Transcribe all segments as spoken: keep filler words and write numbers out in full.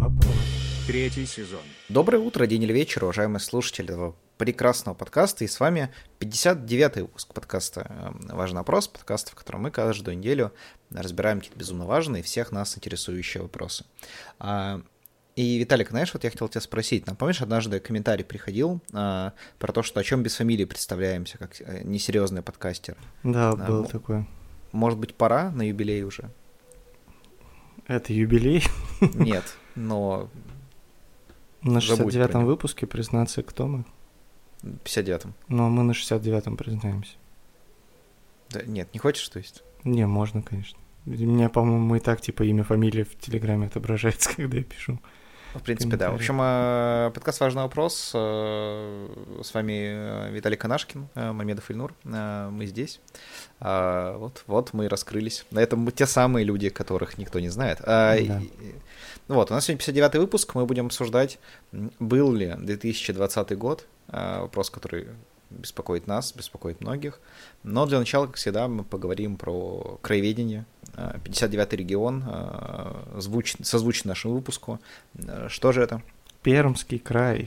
Вопрос. Третий сезон. Доброе утро, день или вечер, уважаемые слушатели этого прекрасного подкаста. И с вами пятьдесят девятый выпуск подкаста «Важный вопрос», подкаста, в котором мы каждую неделю разбираем какие-то безумно важные, всех нас интересующие вопросы. И, Виталик, знаешь, вот я хотел тебя спросить. Нам, помнишь, однажды комментарий приходил а, про то, что о чем без фамилии представляемся, как несерьезный подкастер. Да, а, был м- такой. Может быть, пора на юбилей уже? Это юбилей? Нет, но... На шестьдесят девятом выпуске признаться, кто мы? пятьдесят девятом. Но мы на шестьдесят девятом признаемся. Да, нет, не хочешь, то есть? Не, можно, конечно. У меня, по-моему, и так, типа, имя, фамилия в Телеграме отображается, когда я пишу. В принципе, да. В общем, подкаст «Важный вопрос». С вами Виталий Канашкин, Мамедов Ильнур. Мы здесь. Вот, вот мы и раскрылись. На этом мы те самые люди, которых никто не знает. Да. Вот, у нас сегодня пятьдесят девятый выпуск. Мы будем обсуждать, был ли две тысячи двадцатый год. Вопрос, который беспокоит нас, беспокоит многих. Но для начала, как всегда, мы поговорим про краеведение. пятьдесят девятый регион, звуч... созвучен нашему выпуску. Что же это? Пермский край.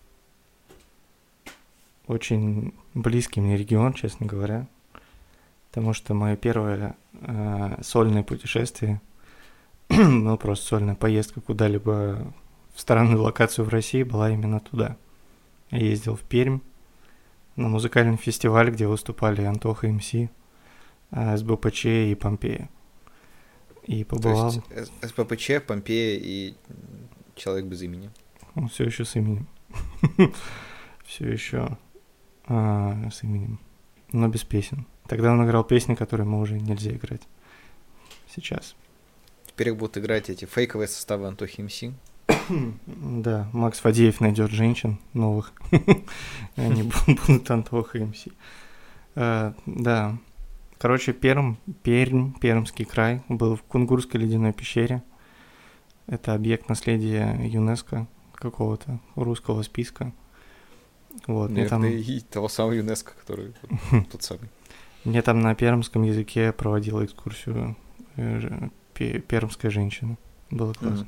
Очень близкий мне регион, честно говоря. Потому что мое первое э, сольное путешествие, ну просто сольная поездка куда-либо в странную локацию в России была именно туда. Я ездил в Пермь на музыкальный фестиваль, где выступали Антоха эм си, эс бэ пэ че и Помпея. И побывал... То есть эс бэ пэ че, Помпея и человек без имени. Он все еще с именем. Все еще а, с именем, но без песен. Тогда он играл песни, которые мы уже нельзя играть сейчас. Теперь их будут играть эти фейковые составы Антохи эм си. Да, Макс Фадеев найдет женщин новых, и они будут Антоха эм си. Да, короче, Пермь, Пермь, Пермский край был в Кунгурской ледяной пещере. Это объект наследия ЮНЕСКО какого-то, русского списка. Вот, Нет, там... и того самого ЮНЕСКО, который тот самый. Мне там на пермском языке проводила экскурсию пермская женщина. Было классно.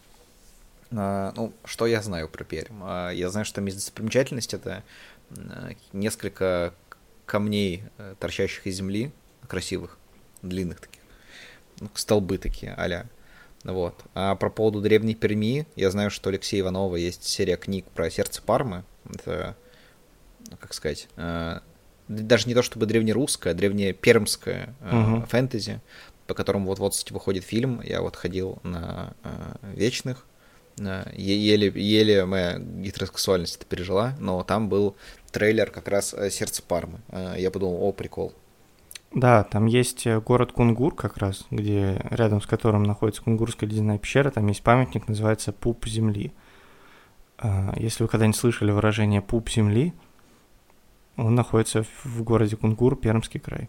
А, ну, что я знаю про Пермь? А, я знаю, что там есть достопримечательность, это несколько камней, торчащих из земли, красивых, длинных таких, ну, столбы такие, а-ля. Вот. А по поводу древней Перми, я знаю, что у Алексея Иванова есть серия книг про сердце Пармы. Это, как сказать, даже не то чтобы древнерусское, а древнепермское uh-huh. фэнтези, по которому вот-вот выходит фильм. Я вот ходил на Вечных. Еле, еле моя гетеросексуальность это пережила, но там был трейлер как раз «Сердце Пармы». Я подумал, о, прикол. Да, там есть город Кунгур как раз, где рядом с которым находится Кунгурская ледяная пещера, там есть памятник, называется «Пуп земли». Если вы когда-нибудь слышали выражение «пуп земли», он находится в городе Кунгур, Пермский край.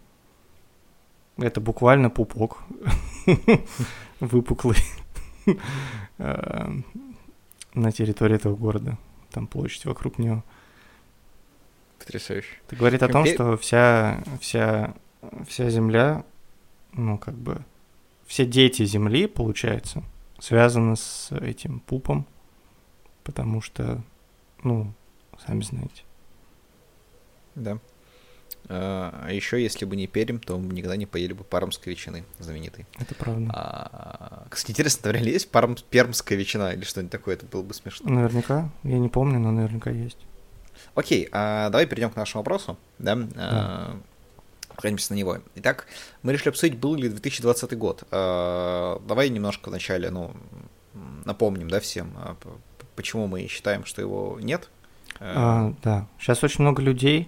Это буквально пупок выпуклый на территории этого города. Там площадь вокруг него. Потрясающе. Это говорит о том, что вся, вся, вся земля, ну, как бы, все дети земли, получается, связаны с этим пупом, потому что, ну, сами знаете. Да. А еще, если бы не Пермь, то мы никогда не поели бы пармской ветчины знаменитой. Это правда. А, кстати, интересно, наверное, есть парм, пермская ветчина или что-нибудь такое? Это было бы смешно. Наверняка. Я не помню, но наверняка есть. Окей, а давай перейдем к нашему вопросу. Да? Да. Пройдемся на него. Итак, мы решили обсудить, был ли две тысячи двадцатый год. А, давай немножко вначале, ну, напомним, да, всем, почему мы считаем, что его нет. А, да. Сейчас очень много людей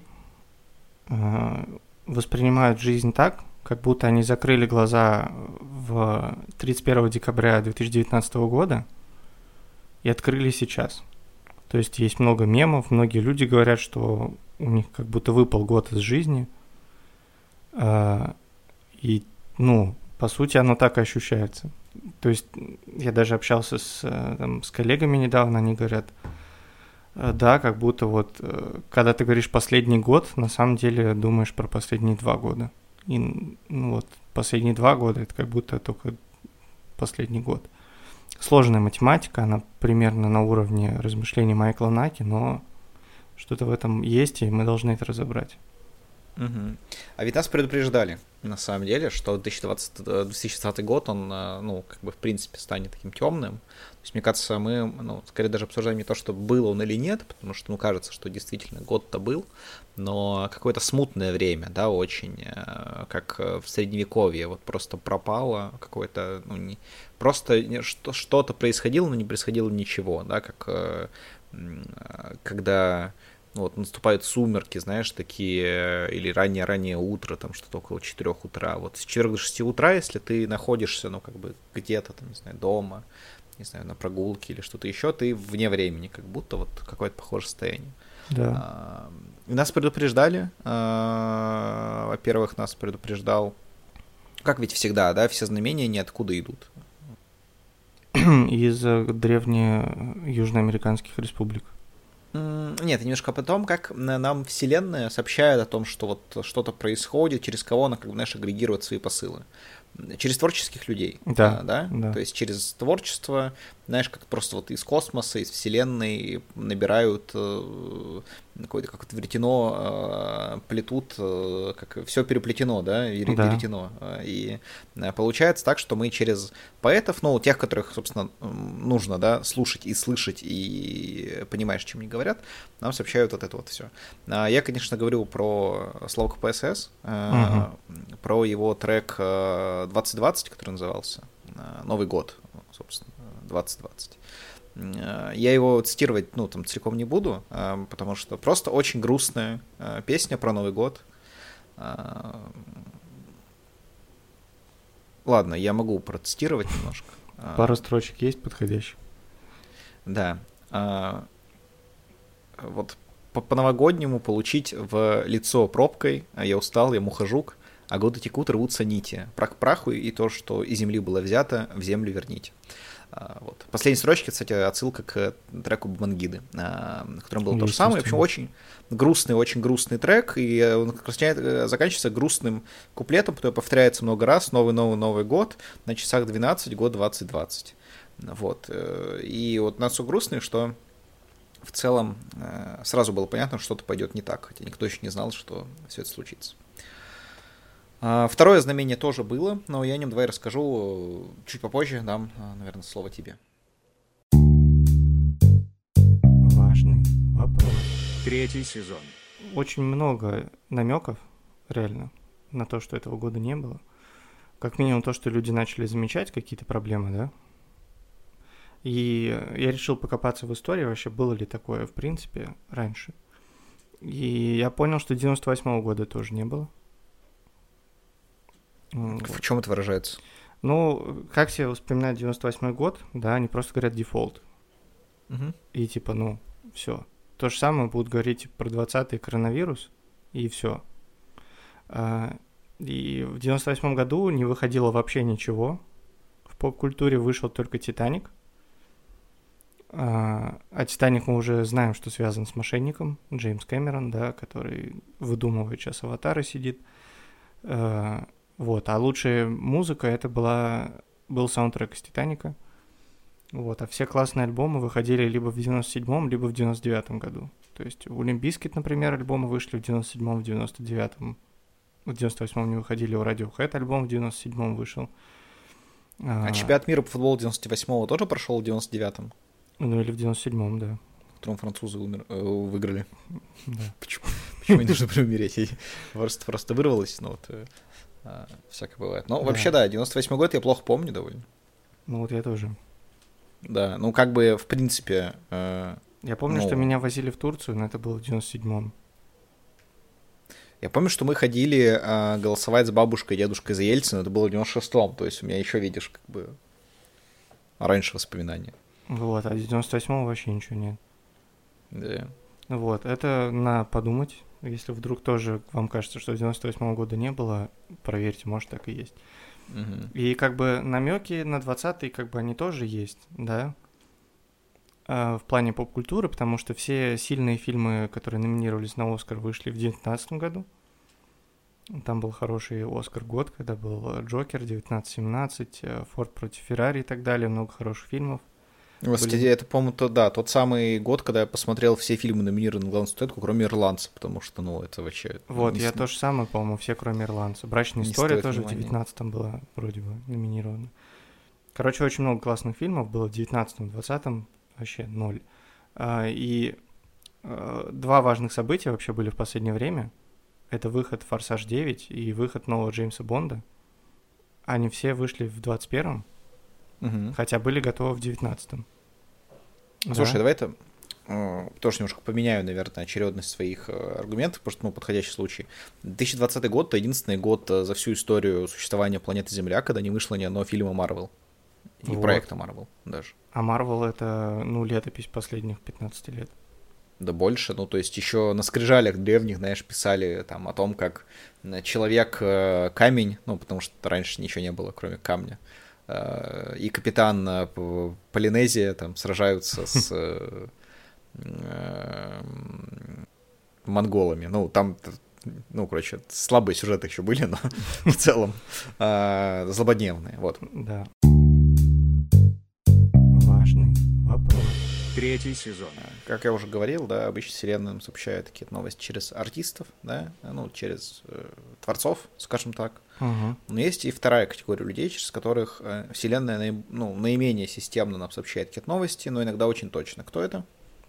воспринимают жизнь так, как будто они закрыли глаза в тридцать первого декабря две тысячи девятнадцатого года и открыли сейчас. То есть есть много мемов, многие люди говорят, что у них как будто выпал год из жизни. И, ну, по сути, оно так и ощущается. То есть я даже общался с, там, с коллегами недавно, они говорят, да, как будто вот, когда ты говоришь последний год, на самом деле думаешь про последние два года. И, ну вот, последние два года, это как будто только последний год. сложная математика, она примерно на уровне размышлений Майкла Наки, но что-то в этом есть, и мы должны это разобрать. Угу. А ведь нас предупреждали, на самом деле, что две тысячи двадцатый год, он, ну, как бы, в принципе, станет таким темным. То есть, мне кажется, мы, ну, скорее даже обсуждаем не то, что был он или нет, потому что, ну, кажется, что действительно год-то был, но какое-то смутное время, да, очень, как в Средневековье, вот просто пропало какое-то, ну, не, просто что-то происходило, но не происходило ничего, да, как когда... Вот, наступают сумерки, знаешь, такие, или раннее-раннее утро, там что-то около четырех утра. Вот с четырёх до шести утра, если ты находишься, ну, как бы где-то, там, не знаю, дома, не знаю, на прогулке или что-то еще, ты вне времени, как будто вот какое-то похожее состояние. Да. А, и нас предупреждали, а, во-первых, нас предупреждал, как ведь всегда, да, все знамения ниоткуда идут. Из древнеюжноамериканских республик. Нет, немножко потом, как нам Вселенная сообщает о том, что вот что-то происходит, через кого она, как бы, знаешь, агрегирует свои посылы. Через творческих людей, да, да? да, то есть через творчество, знаешь, как просто вот из космоса, из Вселенной набирают э, какое-то как веретено, э, плетут, э, как все переплетено, да, веретено. Да. И получается так, что мы через поэтов, ну, тех, которых, собственно, нужно, да, слушать и слышать, и понимаешь, чем они говорят, нам сообщают вот это вот все. Я, конечно, говорю про Слово КПСС, э, угу. про его трек двадцать двадцать, который назывался «Новый год», собственно, двадцать двадцать. Я его цитировать, ну, там, целиком не буду, потому что просто очень грустная песня про Новый год. Ладно, я могу процитировать немножко. Пару строчек есть подходящих? Да. Вот по-новогоднему получить в лицо пробкой, я устал, я мухожук, а годы текут, рвутся нити. Прах к праху, и то, что из земли было взято, в землю верните. Вот. Последние строчки, кстати, отсылка к треку Бангиды, на котором было то же самое. В общем, очень грустный, очень грустный трек, и он заканчивается грустным куплетом, который повторяется много раз: новый, новый, Новый год, на часах двенадцать, год двадцать двадцать. Вот. И вот нас все грустно, что в целом сразу было понятно, что что-то пойдет не так, хотя никто еще не знал, что все это случится. Второе знамение тоже было, но я о нем давай расскажу чуть попозже, дам, наверное, слово тебе. Важный вопрос. Третий сезон. Очень много намеков, реально, на то, что этого года не было. Как минимум то, что люди начали замечать какие-то проблемы, да? И я решил покопаться в истории, вообще было ли такое, в принципе, раньше. И я понял, что девяносто восьмого года тоже не было. В чем это выражается? Ну, как все вспоминают девяносто восьмой год, да, они просто говорят дефолт. Угу. И типа, ну, все. То же самое будут говорить про двадцатый коронавирус, и все. И в девяносто восьмом году не выходило вообще ничего. В поп-культуре вышел только «Титаник». А «Титаник» мы уже знаем, что связан с мошенником, Джеймс Кэмерон, да, который выдумывает сейчас аватары, сидит. Вот, а лучшая музыка это была, был саундтрек из «Титаника». Вот, а все классные альбомы выходили либо в девяносто седьмом, либо в девяносто девятом году. То есть у Limp Bizkit, например, альбомы вышли в девяносто седьмом, в девяносто девятом. В девяносто восьмом не выходили, у Radiohead альбом в девяносто седьмом вышел. А, а чемпионат мира по футболу девяносто восьмого тоже прошел в девяносто девятом? Ну или в девяносто седьмом, да. В котором французы умер, э, выиграли. Да. Почему? Почему они должны умереть? Просто, просто вырвалось, но вот... А, всякое бывает. Но да. Вообще, да, девяносто восьмой год я плохо помню довольно. Ну вот я тоже. Да, ну как бы, в принципе... Э, я помню, ну, что меня возили в Турцию, но это было в девяносто седьмом. Я помню, что мы ходили э, голосовать с бабушкой и дедушкой за Ельцина, это было в девяносто шестом, то есть у меня еще, видишь, как бы раньше воспоминания. Вот, а в девяносто восьмом вообще ничего нет. Да. Вот, это на подумать. Если вдруг тоже вам кажется, что девяносто восьмого года не было, проверьте, может, так и есть. Угу. И как бы намеки на двадцатый, как бы они тоже есть, да, в плане поп-культуры, потому что все сильные фильмы, которые номинировались на Оскар, вышли в девятнадцатом году. Там был хороший Оскар год, когда был Джокер, девятнадцать семнадцать, Форд против Феррари и так далее, много хороших фильмов. Кстати, были... это, по-моему, то, да, тот самый год, когда я посмотрел все фильмы, номинированные на главную статуэтку, кроме «Ирландца», потому что, ну, это вообще... Вот, не я с... то же самое, по-моему, все, кроме «Ирландца». «Брачная история» тоже внимания. В девятнадцатом была вроде бы номинирована. Короче, очень много классных фильмов было в девятнадцатом, двадцатом, вообще ноль. И два важных события вообще были в последнее время. Это выход «Форсаж девять» и выход нового Джеймса Бонда. Они все вышли в двадцать первом, угу. хотя были готовы в девятнадцатом. Слушай, да? давай это э, тоже немножко поменяю, наверное, очередность своих э, аргументов, потому что, ну, подходящий случай. две тысячи двадцатый год — это единственный год за всю историю существования планеты Земля, когда не вышло ни одного фильма Марвел. И вот. Проекта Марвел даже. А Марвел — это, ну, летопись последних пятнадцати лет. Да больше, ну, то есть еще на скрижалях древних, знаешь, писали там о том, как человек-камень, ну, потому что раньше ничего не было, кроме камня, и капитан Полинезия там сражаются с монголами. Ну, там, ну, короче, слабые сюжеты еще были, но в целом злободневные, вот. Да. Важный вопрос. Третий сезон. Как я уже говорил, да, обычно вселенная нам сообщает такие новости через артистов, да, ну, через э, творцов, скажем так. Uh-huh. Но есть и вторая категория людей, через которых э, вселенная наи, ну, наименее системно нам сообщает какие-то новости, но иногда очень точно. Кто это?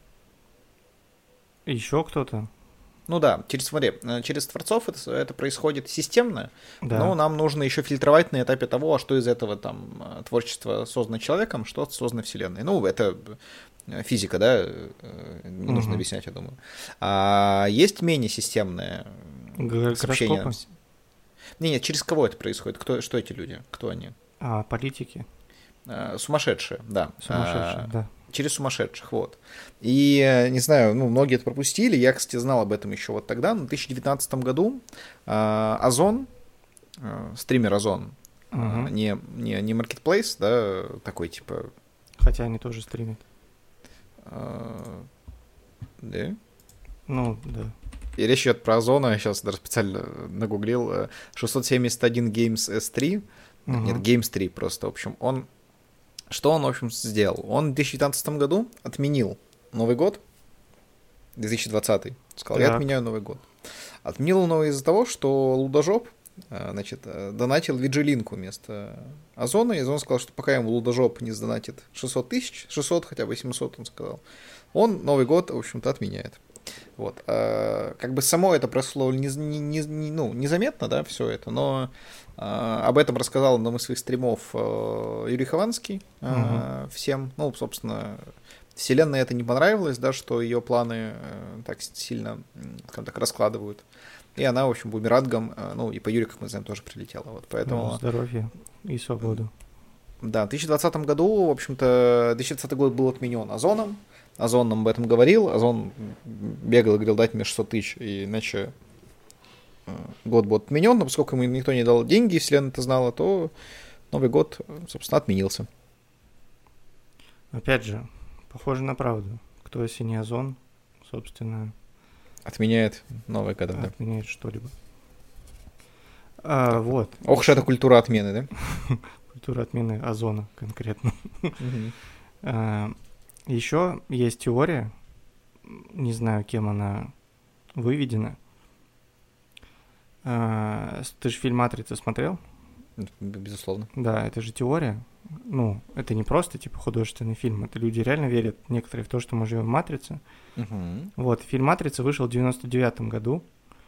Еще кто-то? Ну да, через, смотри, через творцов это, это происходит системно, да. но нам нужно еще фильтровать на этапе того, а что из этого там творчество создано человеком, что создано вселенной. Ну, это физика, да, не нужно угу. объяснять, я думаю. А есть менее системное сообщение. Не, нет, через кого это происходит? Кто, что эти люди? Кто они? А, политики. А, сумасшедшие, да. Сумасшедшие, а, да. Через сумасшедших, вот. И, не знаю, ну, многие это пропустили, я, кстати, знал об этом еще вот тогда, в две тысячи девятнадцатом году э, Озон, э, стример Озон, угу. э, не, не, не Marketplace, да, такой, типа... Хотя они тоже стримят. Э, да? Ну, да. И речь идет про Озона, я сейчас даже специально нагуглил, шестьсот семьдесят один Games эс три, угу. нет, Games три просто, в общем, он... Что он, в общем, сделал? Он в две тысячи девятнадцатом году отменил Новый год, две тысячи двадцатый. Сказал, так. я отменяю Новый год. Отменил он его из-за того, что Лудожоп, значит, донатил Виджилинку вместо Озона, и Озон сказал, что пока ему Лудожоп не сдонатит шестьсот тысяч, шестьсот, хотя бы семьсот, он сказал, он Новый год, в общем-то, отменяет. Вот. А, как бы само это прошло не, не, не, ну, незаметно, да, все это, но а, об этом рассказал на одном из своих стримов а, Юрий Хованский а, угу. всем. Ну, собственно, вселенной это не понравилось, да, что ее планы а, так сильно, скажем так, раскладывают. И она, в общем, бумерангом, а, ну, и по Юрию, как мы знаем, тоже прилетела. Вот, поэтому... Ну, здоровья и свободу. Да, в две тысячи двадцатом году, в общем-то, две тысячи двадцатый год был отменен Озоном. Озон нам об этом говорил, Озон бегал и говорил, дать мне шестьсот тысяч, и иначе год будет отменен, но поскольку ему никто не дал деньги, вселенная это знала, то Новый год, собственно, отменился. Опять же, похоже на правду. Кто, если не Озон, собственно... Отменяет Новый год, да. Отменяет что-либо. А, вот. Ох уж это культура отмены, да? Культура отмены Озона конкретно. Еще есть теория, не знаю, кем она выведена. Ты же фильм «Матрица» смотрел? Безусловно. Да, это же теория. Ну, это не просто типа художественный фильм, это люди реально верят, некоторые, в то, что мы живем в «Матрице». Угу. Вот, фильм «Матрица» вышел в девяносто девятом году,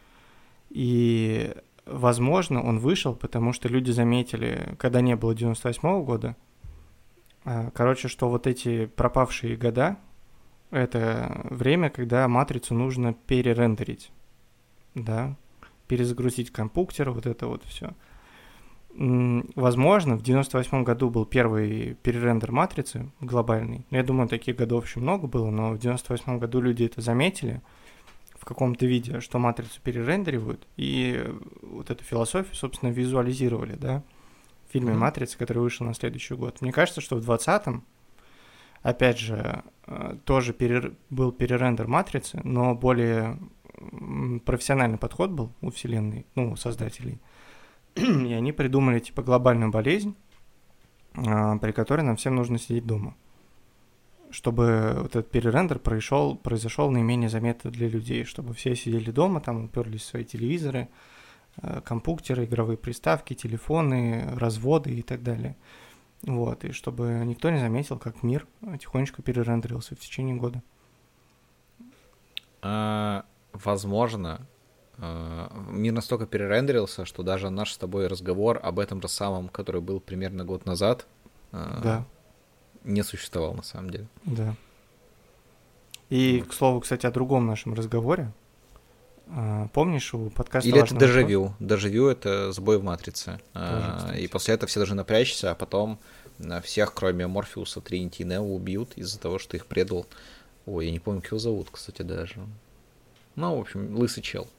и, возможно, он вышел, потому что люди заметили, когда не было девяносто восьмого года, короче, что вот эти пропавшие года — это время, когда матрицу нужно перерендерить, да, перезагрузить компьютер, вот это вот все. Возможно, в девяносто восьмом году был первый перерендер матрицы глобальный. Я думаю, таких годов очень много было, но в девяносто восьмом году люди это заметили в каком-то виде, что матрицу перерендеривают, и вот эту философию, собственно, визуализировали, да, в фильме mm-hmm. «Матрица», который вышел на следующий год. Мне кажется, что в двадцатом, опять же, тоже перер... был перерендер «Матрицы», но более профессиональный подход был у вселенной, ну, у создателей. И они придумали, типа, глобальную болезнь, при которой нам всем нужно сидеть дома, чтобы вот этот перерендер произошел, произошел наименее заметно для людей, чтобы все сидели дома, там уперлись в свои телевизоры, компьютеры, игровые приставки, телефоны, разводы и так далее. Вот, и чтобы никто не заметил, как мир тихонечко перерендерился в течение года. А, возможно, мир настолько перерендерился, что даже наш с тобой разговор об этом же самом, который был примерно год назад, да. не существовал на самом деле. Да. И, вот. К слову, кстати, о другом нашем разговоре. Помнишь, у подкаста Или это дежавю. Дежавю — это сбой в матрице. Тоже, и после этого все должны напрячься, а потом всех, кроме Морфеуса, Тринити и Нео, убьют из-за того, что их предал. Ой, я не помню, как его зовут, кстати, даже. Ну, в общем, лысый чел.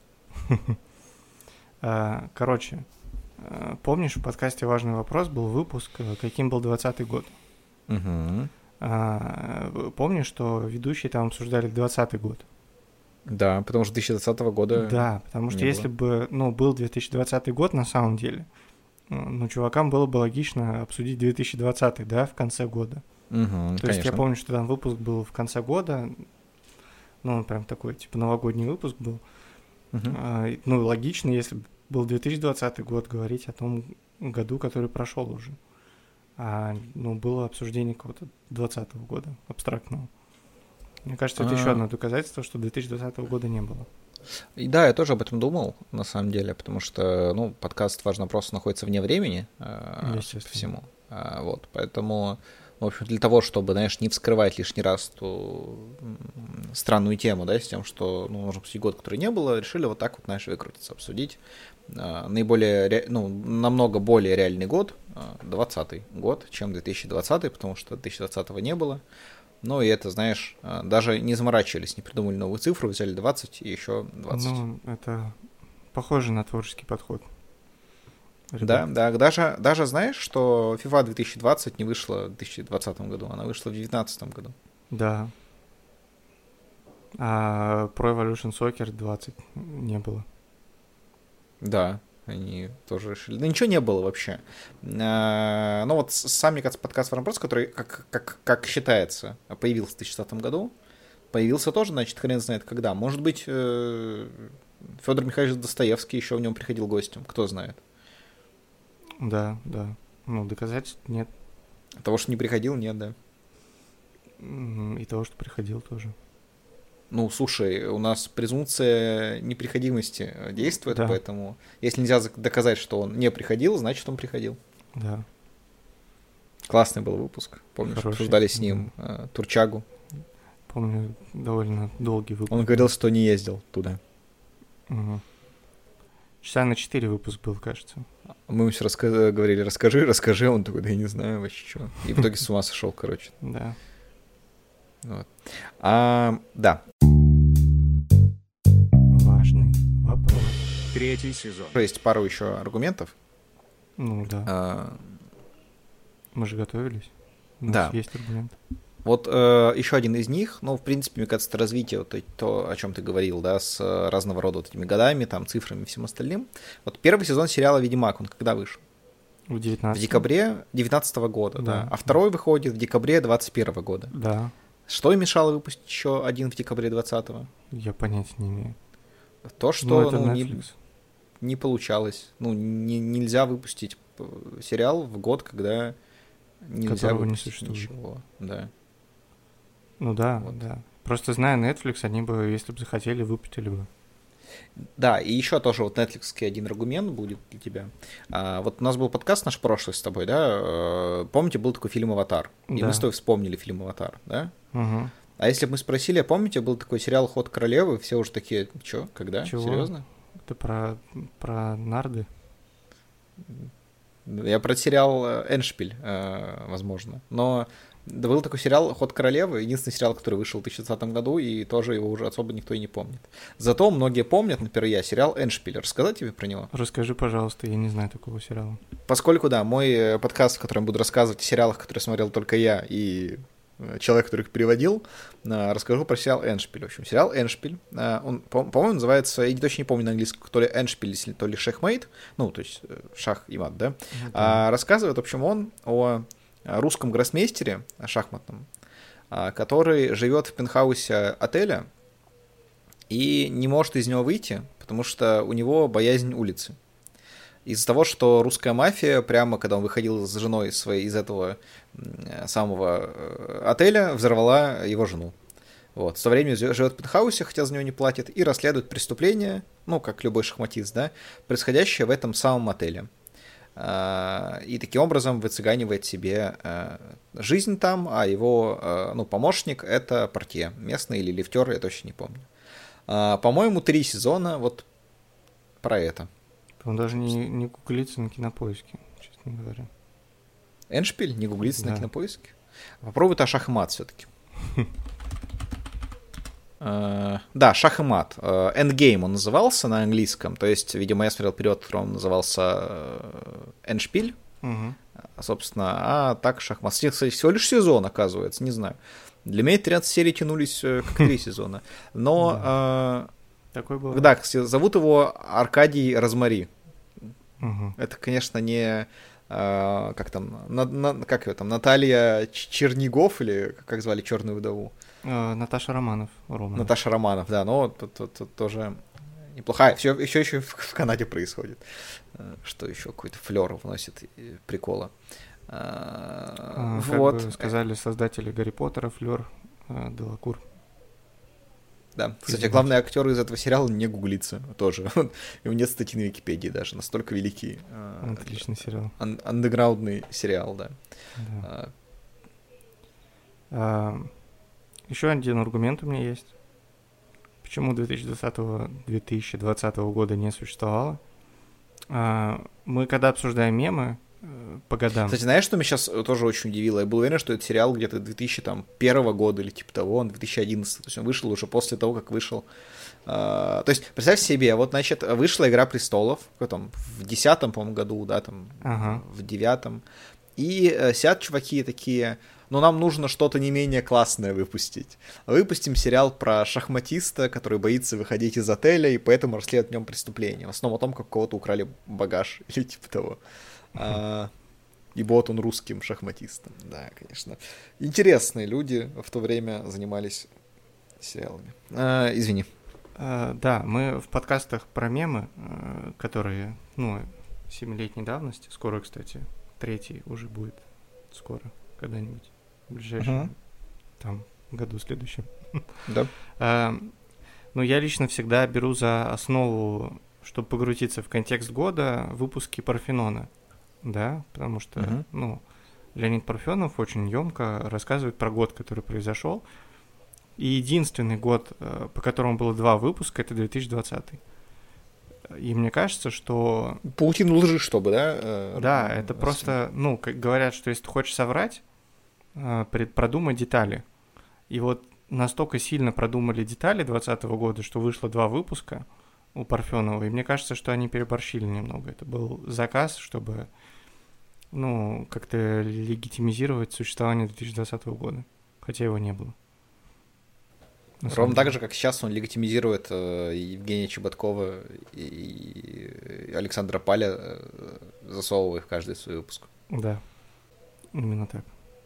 Короче, помнишь, в подкасте «Важный вопрос» был выпуск «Каким был двадцатый год?» Угу. Помнишь, что ведущие там обсуждали двадцатый год? Да, потому что две тысячи двадцатого года. Да, потому что если бы, ну, был две тысячи двадцатый год на самом деле, ну, чувакам было бы логично обсудить две тысячи двадцатый, да, в конце года. Угу, То конечно. есть я помню, что там выпуск был в конце года, ну, он прям такой, типа, новогодний выпуск был. Угу. А, ну, логично, если бы был две тысячи двадцатый год, говорить о том году, который прошел уже. А, ну, было обсуждение какого-то двадцатого года, абстрактного. Мне кажется, это А-а-а. еще одно доказательство, что две тысячи двадцатого года не было. И да, я тоже об этом думал, на самом деле, потому что, ну, подкаст «Важный вопрос» находится вне времени, э, по всему. А, вот, поэтому, в общем, для того, чтобы, знаешь, не вскрывать лишний раз ту странную тему, да, с тем, что, ну, нужно обсудить год, который не было, решили вот так вот, знаешь, выкрутиться, обсудить э, наиболее, ну, намного более реальный год, двадцатый год, чем две тысячи двадцатый, потому что две тысячи двадцатого не было. Ну, и это, знаешь, даже не заморачивались, не придумали новую цифру, взяли двадцать и еще двадцать. Ну, это похоже на творческий подход. Ребят. Да, да, даже, даже знаешь, что FIFA две тысячи двадцать не вышла в две тысячи двадцатом году, она вышла в две тысячи девятнадцатом году. Да. А Pro Evolution Soccer двадцать не было. Да. Они тоже решили. Ну, ничего не было вообще. А, ну, вот сам, мне кажется, подкаст «Вопрос», который, как, как, как считается, появился в две тысячи двадцатом году, появился тоже, значит, хрен знает когда. Может быть, Федор Михайлович Достоевский еще в нем приходил гостем, кто знает. Да, да. Ну, доказательств нет. Того, что не приходил, нет, да. И того, что приходил, тоже. Ну, слушай, у нас презумпция неприходимости действует, да. Поэтому если нельзя доказать, что он не приходил, значит, он приходил. Да. Классный был выпуск. Помнишь, Хороший. Обсуждали с ним да. э, Турчагу. Помню, довольно долгий выпуск. Он говорил, что не ездил туда. Угу. Часа на четыре выпуск был, кажется. Мы ему все раска- говорили, расскажи, расскажи. Он такой, да я не знаю вообще, что. И в итоге с ума сошел, короче. Да. Вот. А, да. Важный вопрос. Третий сезон. Есть пару еще аргументов. Ну да. А... Мы же готовились. У нас да. есть аргументы. Вот э, еще один из них, ну, в принципе, мне кажется, это развитие, вот то, о чем ты говорил, да, с разного рода вот этими годами, там, цифрами и всем остальным. Вот первый сезон сериала «Ведьмак», он когда вышел? В девятнадцатом. В декабре девятнадцатого года, да. да. А второй выходит в декабре двадцать первого года. Да. Что им мешало выпустить еще один в декабре двадцатого? Я понятия не имею. То, что ну, это ну, не, не получалось. Ну, не, нельзя выпустить сериал в год, когда нельзя Которого выпустить не существует. ничего. Да. Ну да, вот. да. Просто зная Netflix, они бы, если бы захотели, выпустили бы. Да, и еще тоже вот Netflix-ский один аргумент будет для тебя. А, вот у нас был подкаст наш прошлый с тобой, да? Помните, был такой фильм «Аватар»? И да. мы с тобой вспомнили фильм «Аватар», да? Угу. А если бы мы спросили, а помните, был такой сериал «Ход королевы», все уже такие, что, когда? Чего? Серьезно? Это про, про нарды? Я про сериал «Эндшпиль», возможно. Но был такой сериал «Ход королевы», единственный сериал, который вышел в две тысячи двадцатом году, и тоже его уже особо никто и не помнит. Зато многие помнят, например, я, сериал «Эндшпиль». Рассказать тебе про него? Расскажи, пожалуйста, я не знаю такого сериала. Поскольку, да, мой подкаст, в котором буду рассказывать о сериалах, которые смотрел только я, и человек, который их переводил, расскажу про сериал «Эндшпиль». В общем, сериал «Эндшпиль», он, по-моему, называется, я точно не помню на английском, то ли «Эндшпиль», то ли «Шахмейт», ну, то есть шах и мат, да, mm-hmm. а, рассказывает, в общем, он о русском гроссмейстере шахматном, который живет в пентхаусе отеля и не может из него выйти, потому что у него боязнь улицы. Из-за того, что русская мафия, прямо когда он выходил с женой своей из этого самого отеля, взорвала его жену. Вот. Со временем живет в пентхаусе, хотя за него не платит, и расследует преступление, ну, как любой шахматист, да, происходящее в этом самом отеле. И таким образом выцыганивает себе жизнь там, а его, ну, помощник — это портье, местный или лифтер, я точно не помню. По-моему, три сезона вот про это. Он даже не, не гуглится на Кинопоиске, честно говоря. «Эндшпиль» не гуглится да. на Кинопоиске? Попробуй-то «Шах и мат» все-таки. Да, «Шах и мат». «Endgame» он назывался на английском, то есть, видимо, я смотрел перевод, в котором он назывался «Эндшпиль», собственно, а так «Шахмат». Кстати, всего лишь сезон, оказывается, не знаю. Для меня тринадцать серий тянулись как три сезона. Но... Такой был. Да, кстати, зовут его Аркадий Розмари. Угу. Это, конечно, не э, как там, на, на, как ее там, Наталья Чернигов или как звали Черную вдову? Э, Наташа Романов. Романов. Наташа Романов, да, но тут, тут, тут тоже неплохая. Все еще, еще в, в Канаде происходит. Что еще какой-то флер вносит прикола. А, вот. Как бы сказали создатели Гарри Поттера, флер э, Делакур. Да, кстати, главный актер из этого сериала не гуглится тоже. Его нет статьи на Википедии даже. Настолько великий. Отличный сериал. Ан- андеграундный сериал, да. да. А... А, еще один аргумент у меня есть. Почему две тысячи двадцатого - две тысячи двадцатого года не существовало? А, мы когда обсуждаем мемы по годам. Кстати, знаешь, что меня сейчас тоже очень удивило? Я был уверен, что это сериал где-то две тысячи первого года или типа того, он две тысячи одиннадцатого, то есть он вышел уже после того, как вышел. Uh, то есть, представь себе, вот, значит, вышла «Игра престолов», в, там, в десятом, по-моему, году, да, там, ага. в девятом, и uh, сидят чуваки такие, ну, нам нужно что-то не менее классное выпустить. Выпустим сериал про шахматиста, который боится выходить из отеля, и поэтому расследует в нем преступление. В основном о том, как у кого-то украли багаж, или типа того. А, и вот он русским шахматистом. Да, конечно. Интересные люди в то время занимались сериалами. А, извини. А, да, мы в подкастах про мемы, которые, ну, семилетней давности, скоро, кстати, третий уже будет, скоро, когда-нибудь, в ближайшем, uh-huh. там, году следующем. Да. А, ну, я лично всегда беру за основу, чтобы погрузиться в контекст года, выпуски Парфенона. Да, потому что, uh-huh. ну, Леонид Парфенов очень емко рассказывает про год, который произошел. И единственный год, по которому было два выпуска, это две тысячи двадцатый. И мне кажется, что... Паутину лжи, чтобы, да? Да, это просто, ну, как говорят, что если ты хочешь соврать, продумай детали. И вот настолько сильно продумали детали двадцатого года, что вышло два выпуска у Парфенова, и мне кажется, что они переборщили немного. Это был заказ, чтобы, ну, как-то легитимизировать существование две тысячи двадцатого года, хотя его не было. Ровно так же, как сейчас он легитимизирует э, Евгения Чеботкова и, и Александра Паля, э, засовывая в каждый свой выпуск. Да, именно так.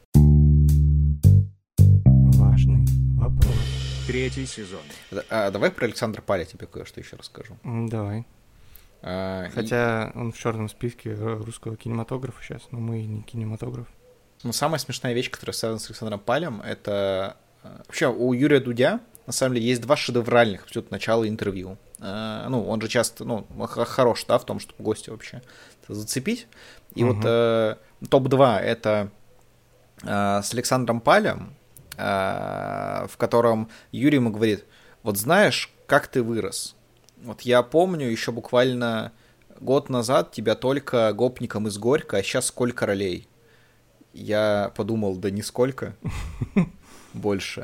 Важный вопрос. Третий сезон. А, давай про Александра Паля тебе кое-что еще расскажу. Давай. А, Хотя и... он в черном списке русского кинематографа сейчас, но мы не кинематограф. Ну, самая смешная вещь, которая связана с Александром Палем, это... Вообще, у Юрия Дудя, на самом деле, есть два шедевральных абсолютно начала интервью. А, ну, он же часто, ну, хорош, да, в том, чтобы гостя вообще зацепить. И угу. вот э, топ два — это э, с Александром Палем, в котором Юрий ему говорит: вот знаешь, как ты вырос. Вот я помню, еще буквально год назад тебя только гопником из Горько, а сейчас сколько ролей? Я подумал, да нисколько больше.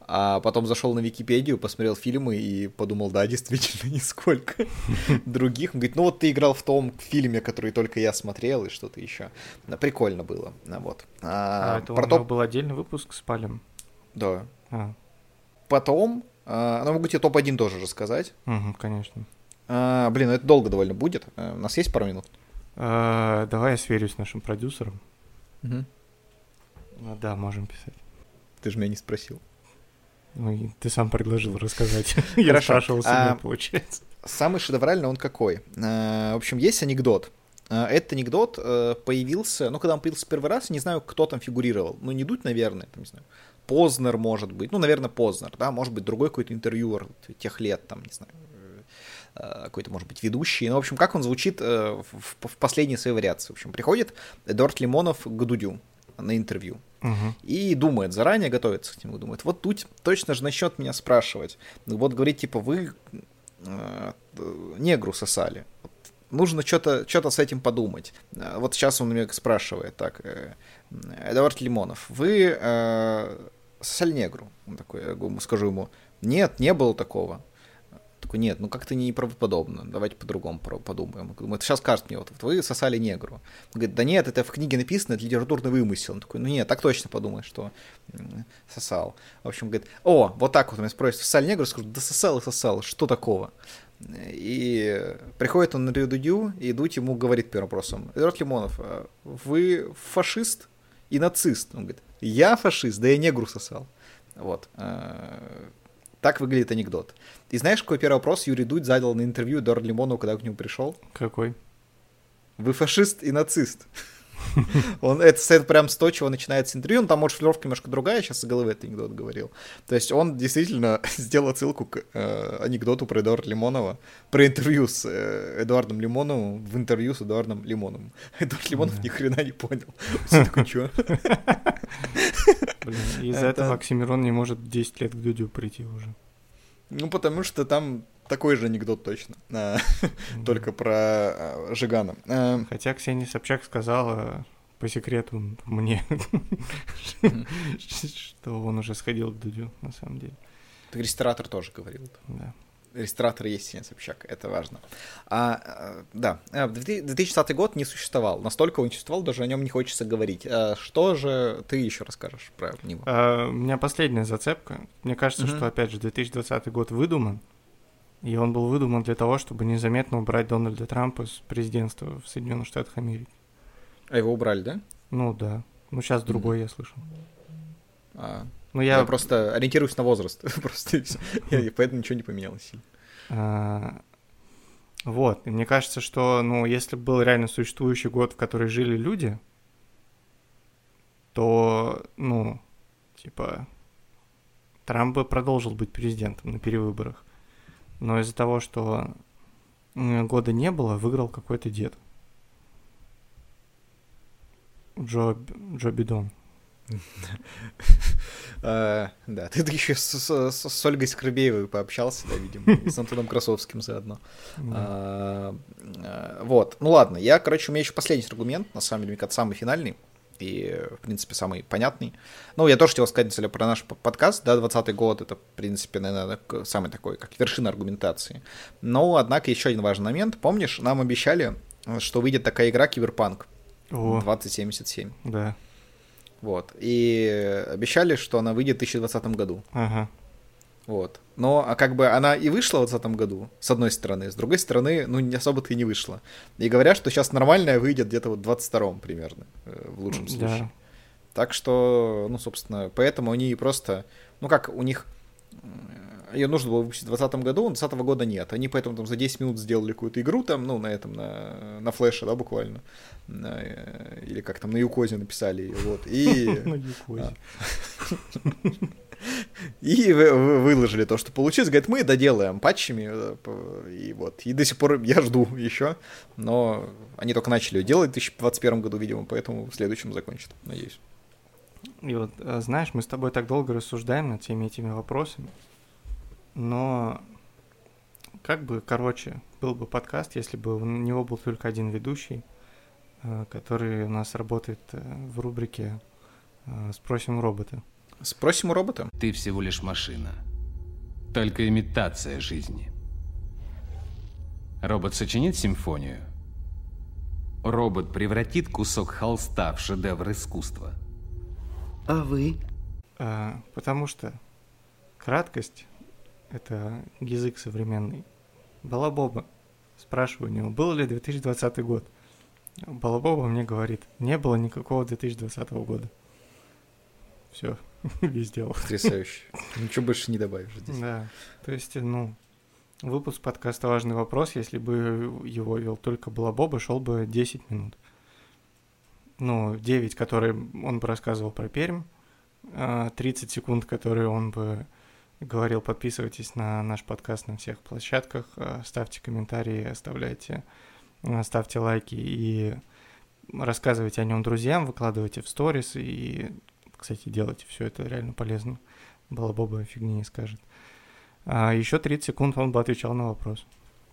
А потом зашел на Википедию, посмотрел фильмы и подумал, да, действительно, нисколько других. Он говорит, ну вот ты играл в том фильме, который только я смотрел, и что-то еще. Прикольно было. Вот. А, а это у него был отдельный выпуск с Палем? Да. А. Потом, а, ну, могу тебе топ один тоже рассказать. Угу, конечно. А, блин, ну это долго довольно будет. У нас есть пару минут? А, давай я сверюсь с нашим продюсером. Угу. А, да, можем писать. Ты же меня не спросил. Ну, ты сам предложил рассказать. Я спрашивал себя, получается. Самый шедевральный он какой? В общем, есть анекдот. Этот анекдот появился, ну, когда он появился первый раз, не знаю, кто там фигурировал. Ну, не Дудь, наверное, там, не знаю. Познер, может быть. Ну, наверное, Познер, да, может быть, другой какой-то интервьюер тех лет, там, не знаю, какой-то, может быть, ведущий. Ну, в общем, как он звучит в, в последней своей вариации. В общем, приходит Эдуард Лимонов к Дудю на интервью. Uh-huh. И думает, заранее готовится к нему, думает, вот тут точно же начнет меня спрашивать. Вот говорит, типа, вы э, негру сосали. Вот, нужно что-то, что-то с этим подумать. Вот сейчас он меня спрашивает, так, э, Эдуард Лимонов, вы э, сосали негру? Он такой, я скажу ему, нет, не было такого. Такой, нет, ну как-то неправдоподобно, давайте по-другому подумаем. Думаю, это сейчас скажет мне, вот, вот вы сосали негру. Он говорит, да нет, это в книге написано, это литературный вымысел. Он такой, ну нет, так точно подумай, что сосал. В общем, говорит, о, вот так вот меня спросят, сосали негру, скажу, да сосал и сосал, что такого? И приходит он на Дудю, и Дудь ему говорит первым вопросом, Эдуард Лимонов, вы фашист и нацист? Он говорит, я фашист, да я негру сосал. Вот. Так выглядит анекдот. И знаешь, какой первый вопрос Юрий Дудь задал на интервью Эдуарду Лимонову, когда к нему пришел? Какой? Вы фашист и нацист. Он, это, это прям с того, чего начинается интервью. Он там, может, флёровка немножко другая, сейчас из головы этот анекдот говорил. То есть он действительно сделал отсылку к э, анекдоту про Эдуарда Лимонова, про интервью с э, Эдуардом Лимоновым в интервью с Эдуардом Лимоновым. Эдуард Лимонов ни хрена не понял. Все такой, чё? Из-за этого Оксимирон не может десять лет к Дудю прийти уже. Ну, потому что там такой же анекдот точно, а, mm-hmm. только про а, Жигана. А, Хотя Ксения Собчак сказала по секрету мне, что он уже сходил к Дудю, на самом деле. Так ресторатор тоже говорил. Да. Ресторатор есть Ксения Собчак, это важно. А, да, две тысячи двадцатый год не существовал, настолько он не существовал, даже о нем не хочется говорить. А что же ты еще расскажешь про него? А, у меня последняя зацепка. Мне кажется, mm-hmm. что, опять же, две тысячи двадцатый год выдуман, и он был выдуман для того, чтобы незаметно убрать Дональда Трампа с президентства в Соединенных Штатах Америки. А его убрали, да? Ну да. Ну сейчас mm-hmm. другой я слышал. А... Ну, я... я просто ориентируюсь на возраст, просто и поэтому ничего не поменялось. А, вот, и мне кажется, что, ну, если бы был реально существующий год, в который жили люди, то, ну, типа, Трамп бы продолжил быть президентом на перевыборах. Но из-за того, что года не было, выиграл какой-то дед. Джо, Джо Бидон. Uh, да, ты еще с, с, с, с Ольгой Скрыбеевой пообщался, да, видимо, и с Антоном Красовским заодно. Uh, uh, вот, ну ладно, я, короче, у меня еще последний аргумент, на самом деле, мне кажется, самый финальный и, в принципе, самый понятный. Ну, я тоже хотел сказать, на самом деле, про наш подкаст, да, двадцатый год, это, в принципе, наверное, самый такой, как вершина аргументации. Но, однако, еще один важный момент. Помнишь, нам обещали, что выйдет такая игра Киберпанк двадцать семьдесят семь. Да. Вот. И обещали, что она выйдет в две тысячи двадцатом году. Ага. Вот. Но а как бы она и вышла в двадцатом году, с одной стороны, с другой стороны, ну, не особо-то и не вышла. И говорят, что сейчас нормальная выйдет где-то вот в двадцать втором примерно, в лучшем случае. Да. Так что, ну, собственно, поэтому они просто, ну, как у них, ее нужно было выпустить в двадцатом году, а двадцатого года нет. Они поэтому там за десять минут сделали какую-то игру там, ну, на этом, на, на флеше, да, буквально. На, или как там, на Юкозе написали ее, вот. И... На Юкозе. И выложили то, что получилось. Говорят, мы доделаем патчами. И вот. И до сих пор я жду еще. Но они только начали ее делать в две тысячи двадцать первом году, видимо, поэтому в следующем закончат, надеюсь. И вот, знаешь, мы с тобой так долго рассуждаем над всеми этими вопросами. Но как бы, короче, был бы подкаст, если бы у него был только один ведущий, который у нас работает в рубрике «Спросим робота». Спросим у робота. Ты всего лишь машина. Только имитация жизни. Робот сочинит симфонию. Робот превратит кусок холста в шедевр искусства. А вы? А, потому что краткость — это язык современный. Балабоба. Спрашиваю у него, был ли две тысячи двадцатый год? Балабоба мне говорит, не было никакого две тысячи двадцатого года. Все, весь дело. Потрясающе. Ничего больше не добавишь здесь. Да, то есть, ну, выпуск подкаста «Важный вопрос», если бы его вел только Балабоба, шел бы десять минут. Ну, девять, которые он бы рассказывал про Пермь, тридцать секунд, которые он бы говорил, подписывайтесь на наш подкаст на всех площадках, ставьте комментарии, оставляйте, ставьте лайки и рассказывайте о нем друзьям, выкладывайте в сторис и, кстати, делайте все это реально полезно. Балабоба фигни не скажет. А еще тридцать секунд он бы отвечал на вопрос.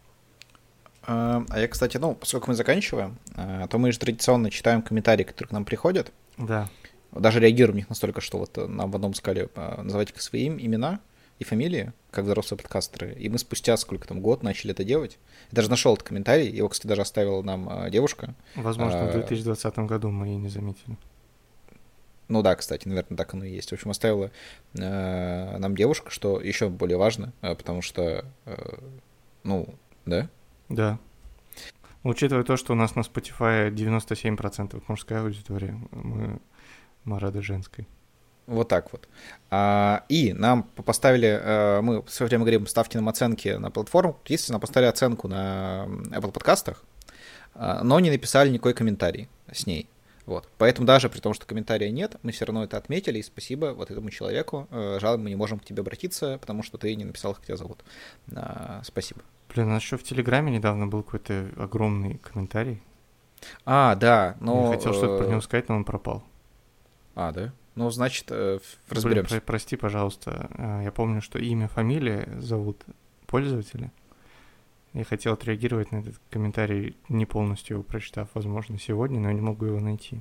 А я, кстати, ну, поскольку мы заканчиваем, то мы же традиционно читаем комментарии, которые к нам приходят. Да. Даже реагируем на них настолько, что вот нам в одном сказали, называйте-ка свои имена и фамилии, как взрослые подкастеры. И мы спустя сколько там, год начали это делать. Я даже нашел этот комментарий, его, кстати, даже оставила нам девушка. Возможно, а... в две тысячи двадцатом году мы и не заметили. Ну да, кстати, наверное, так оно и есть. В общем, оставила э, нам девушка, что еще более важно, э, потому что, э, ну, да? Да. Учитывая то, что у нас на Spotify девяносто семь процентов мужская аудитория, мы, мы рады женской. Вот так вот. А, и нам поставили, а, мы все время говорим, ставьте нам оценки на платформу. Если нам поставили оценку на Apple подкастах, а, но не написали никакой комментарий с ней. Вот. Поэтому даже при том, что комментария нет, мы все равно это отметили, и спасибо вот этому человеку. Жаль, мы не можем к тебе обратиться, потому что ты не написал, как тебя зовут. А, спасибо. Блин, у нас еще в Телеграме недавно был какой-то огромный комментарий. А, да, но... Я хотел что-то про него сказать, но он пропал. А, да? Ну, значит, разберемся. Блин, прости, пожалуйста. Я помню, что имя, фамилия зовут пользователя. Я хотел отреагировать на этот комментарий, не полностью его прочитав, возможно, сегодня, но я не могу его найти.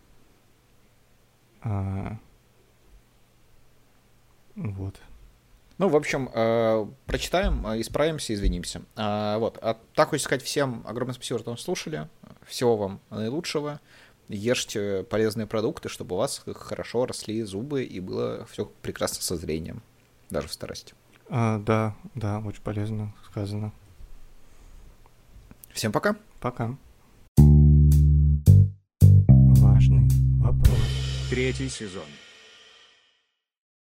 А... Вот. Ну, в общем, э, прочитаем, исправимся, извинимся. А, вот. А так хочу сказать всем огромное спасибо, что нас слушали. Всего вам наилучшего. Ешьте полезные продукты, чтобы у вас хорошо росли зубы и было все прекрасно со зрением, даже в старости. А, да, да, очень полезно сказано. Всем пока. Пока. Важный вопрос. Третий сезон.